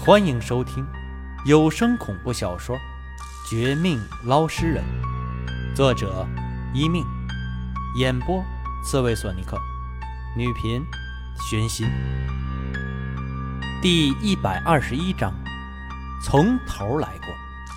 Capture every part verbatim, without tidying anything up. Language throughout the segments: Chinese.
欢迎收听有声恐怖小说《绝命捞尸人》，作者一命，演播刺猬索尼克，女频玄心。第一百二十一章，从头来过。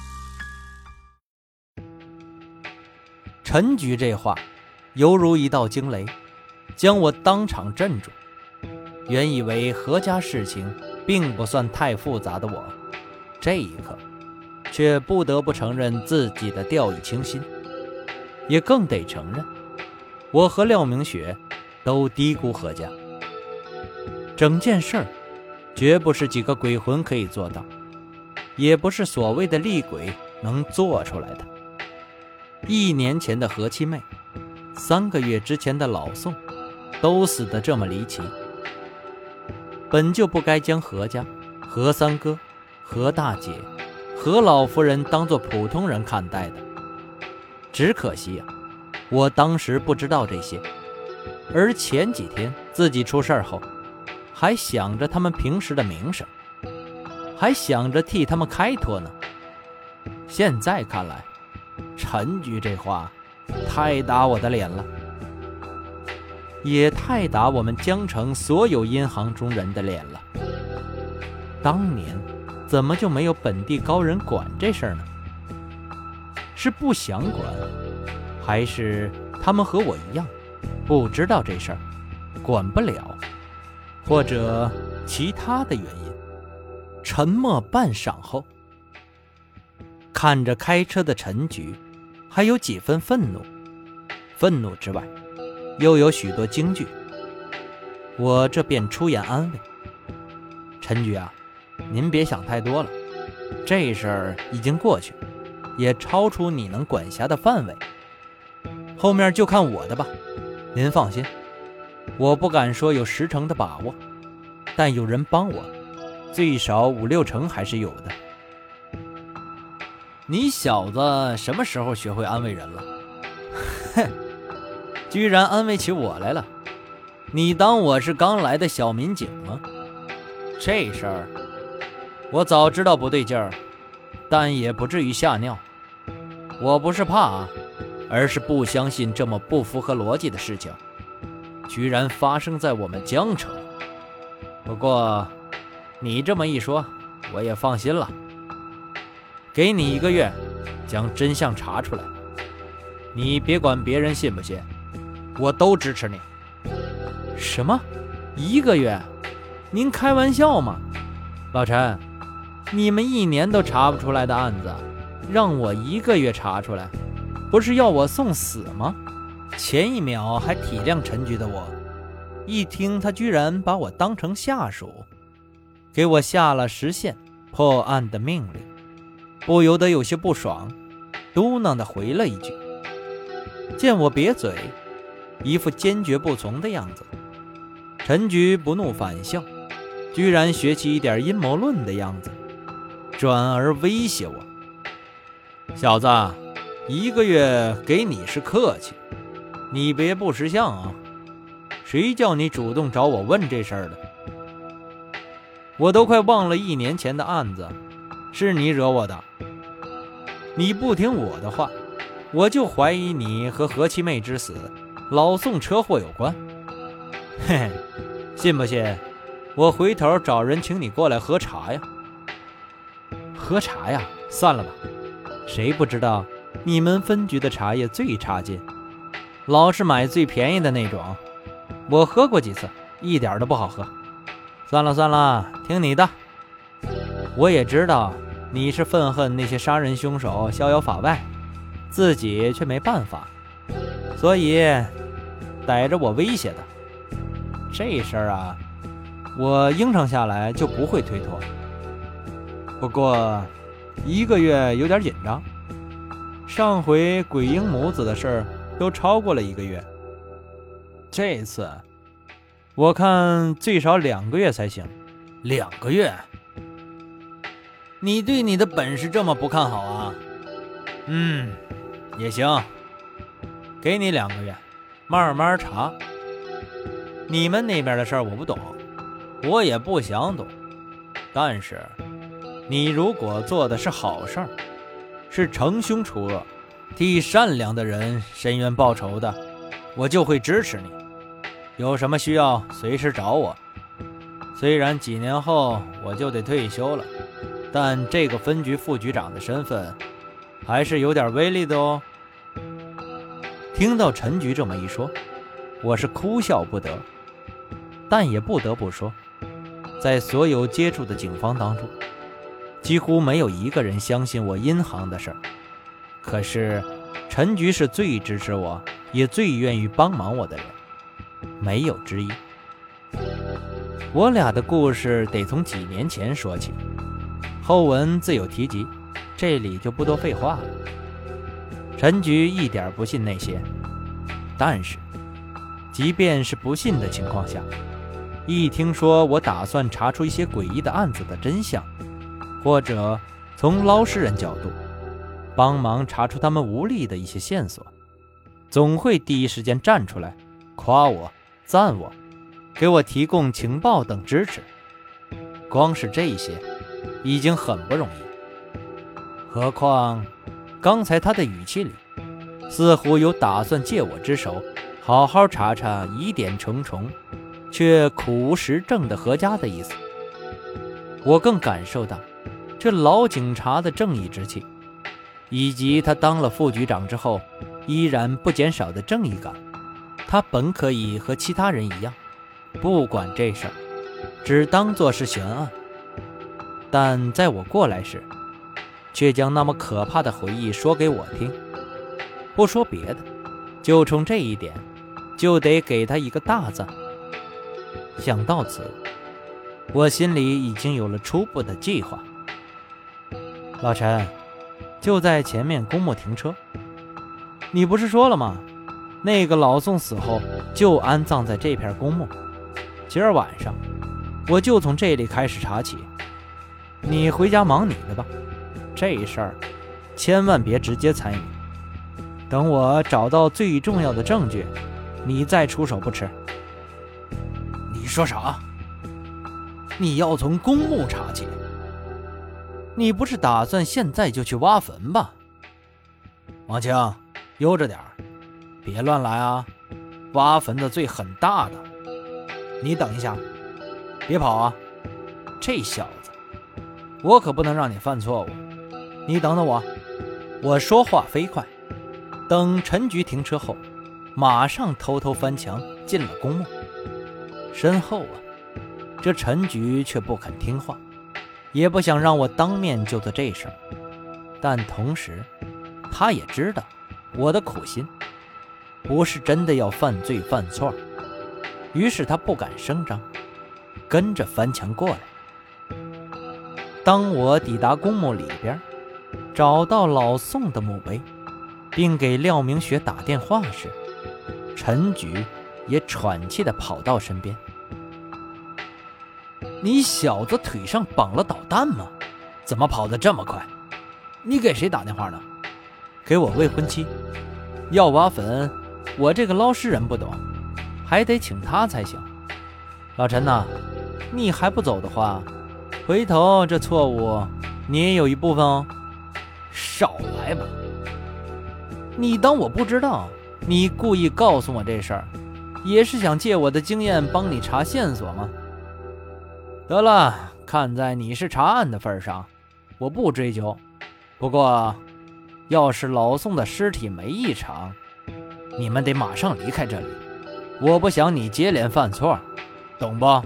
陈局这话犹如一道惊雷，将我当场镇住。原以为何家事情并不算太复杂的我，这一刻却不得不承认自己的掉以轻心，也更得承认我和廖明雪都低估何家。整件事儿绝不是几个鬼魂可以做到，也不是所谓的厉鬼能做出来的。一年前的何七妹，三个月之前的老宋，都死得这么离奇，本就不该将何家、何三哥、何大姐、何老夫人当作普通人看待的。只可惜啊，我当时不知道这些，而前几天自己出事后，还想着他们平时的名声，还想着替他们开脱呢。现在看来，陈局这话太打我的脸了，也太打我们江城所有银行中人的脸了。当年怎么就没有本地高人管这事儿呢？是不想管，还是他们和我一样不知道这事儿，管不了，或者其他的原因？沉默半晌后，看着开车的陈局，还有几分愤怒，愤怒之外又有许多惊惧。我这便出言安慰：陈局啊，您别想太多了，这事儿已经过去，也超出你能管辖的范围，后面就看我的吧。您放心，我不敢说有十成的把握，但有人帮我，最少五六成还是有的。你小子什么时候学会安慰人了？哼，居然安慰起我来了！你当我是刚来的小民警吗？这事儿我早知道不对劲儿，但也不至于吓尿。我不是怕，而是不相信这么不符合逻辑的事情居然发生在我们江城。不过你这么一说，我也放心了。给你一个月，将真相查出来。你别管别人信不信，我都支持你。什么？一个月？您开玩笑吗？老陈，你们一年都查不出来的案子，让我一个月查出来，不是要我送死吗？前一秒还体谅陈局的我，一听他居然把我当成下属，给我下了实现破案的命令，不由得有些不爽，嘟囔地回了一句。见我瘪嘴，一副坚决不从的样子，陈局不怒反笑，居然学起一点阴谋论的样子，转而威胁我：小子，一个月给你是客气，你别不识相啊！谁叫你主动找我问这事儿的？我都快忘了一年前的案子是你惹我的，你不听我的话，我就怀疑你和何七妹之死老宋车祸有关。嘿嘿，信不信我回头找人请你过来喝茶呀？喝茶呀？算了吧，谁不知道你们分局的茶叶最差劲，老是买最便宜的那种，我喝过几次，一点都不好喝。算了算了，听你的。我也知道你是愤恨那些杀人凶手逍遥法外，自己却没办法，所以逮着我威胁的。这事儿啊，我应承下来就不会推脱。不过一个月有点紧张，上回鬼婴母子的事儿都超过了一个月，这次我看最少两个月才行。两个月？你对你的本事这么不看好啊？嗯，也行，给你两个月，慢慢查。你们那边的事儿我不懂，我也不想懂，但是你如果做的是好事儿，是惩凶除恶，替善良的人伸冤报仇的，我就会支持你。有什么需要随时找我。虽然几年后我就得退休了，但这个分局副局长的身份还是有点威力的哦。听到陈局这么一说，我是哭笑不得，但也不得不说，在所有接触的警方当中，几乎没有一个人相信我阴行的事儿。可是陈局是最支持我，也最愿意帮忙我的人，没有之一。我俩的故事得从几年前说起，后文自有提及，这里就不多废话了。陈局一点不信那些，但是即便是不信的情况下，一听说我打算查出一些诡异的案子的真相，或者从捞尸人角度帮忙查出他们无力的一些线索，总会第一时间站出来夸我、赞我，给我提供情报等支持。光是这些已经很不容易，何况刚才他的语气里似乎有打算借我之手好好查查疑点重重却苦无实证的何家的意思。我更感受到这老警察的正义之气，以及他当了副局长之后依然不减少的正义感。他本可以和其他人一样，不管这事儿，只当作是悬案，但在我过来时，却将那么可怕的回忆说给我听。不说别的，就冲这一点，就得给他一个大赞。想到此，我心里已经有了初步的计划。老陈，就在前面公墓停车。你不是说了吗？那个老宋死后就安葬在这片公墓。今儿晚上我就从这里开始查起，你回家忙你的吧，这事儿千万别直接参与。等我找到最重要的证据，你再出手不迟。你说啥？你要从公墓查起？你不是打算现在就去挖坟吧？王清，悠着点儿，别乱来啊！挖坟的罪很大的。你等一下，别跑啊！这小子，我可不能让你犯错误。你等等我。我说话飞快，等陈局停车后，马上偷偷翻墙进了公墓。身后啊，这陈局却不肯听话，也不想让我当面就做这事儿。但同时，他也知道我的苦心，不是真的要犯罪犯错，于是他不敢声张，跟着翻墙过来。当我抵达公墓里边，找到老宋的墓碑，并给廖明学打电话时，陈局也喘气地跑到身边。你小子腿上绑了导弹吗？怎么跑得这么快？你给谁打电话呢？给我未婚妻。要挖坟，我这个捞尸人不懂，还得请他才行。老陈呐，你还不走的话，回头这错误你也有一部分哦。少来吧！你当我不知道？你故意告诉我这事儿，也是想借我的经验帮你查线索吗？得了，看在你是查案的份上，我不追究。不过，要是老宋的尸体没异常，你们得马上离开这里。我不想你接连犯错，懂不？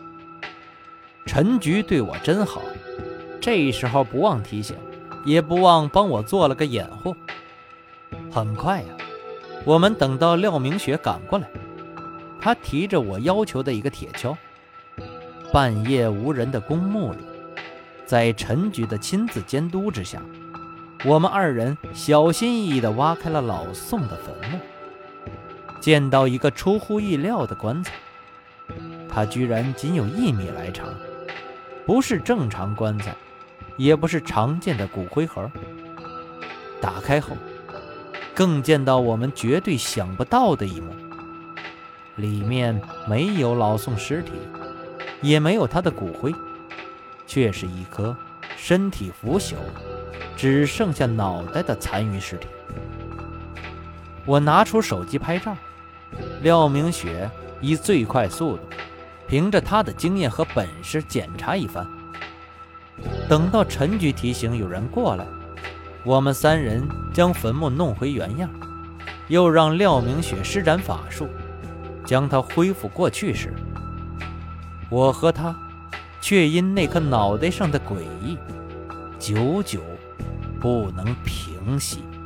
陈局对我真好，这时候不忘提醒，也不忘帮我做了个掩护。很快呀、啊，我们等到廖明学赶过来，他提着我要求的一个铁锹。半夜无人的公墓里，在陈局的亲自监督之下，我们二人小心翼翼地挖开了老宋的坟墓，见到一个出乎意料的棺材。它居然仅有一米来长，不是正常棺材，也不是常见的骨灰盒。打开后，更见到我们绝对想不到的一幕，里面没有老宋尸体，也没有他的骨灰，却是一颗身体腐朽，只剩下脑袋的残余尸体。我拿出手机拍照，廖明雪以最快速度，凭着他的经验和本事检查一番。等到陈局提醒有人过来，我们三人将坟墓弄回原样，又让廖明雪施展法术，将它恢复过去时，我和他却因那颗脑袋上的诡异，久久不能平息。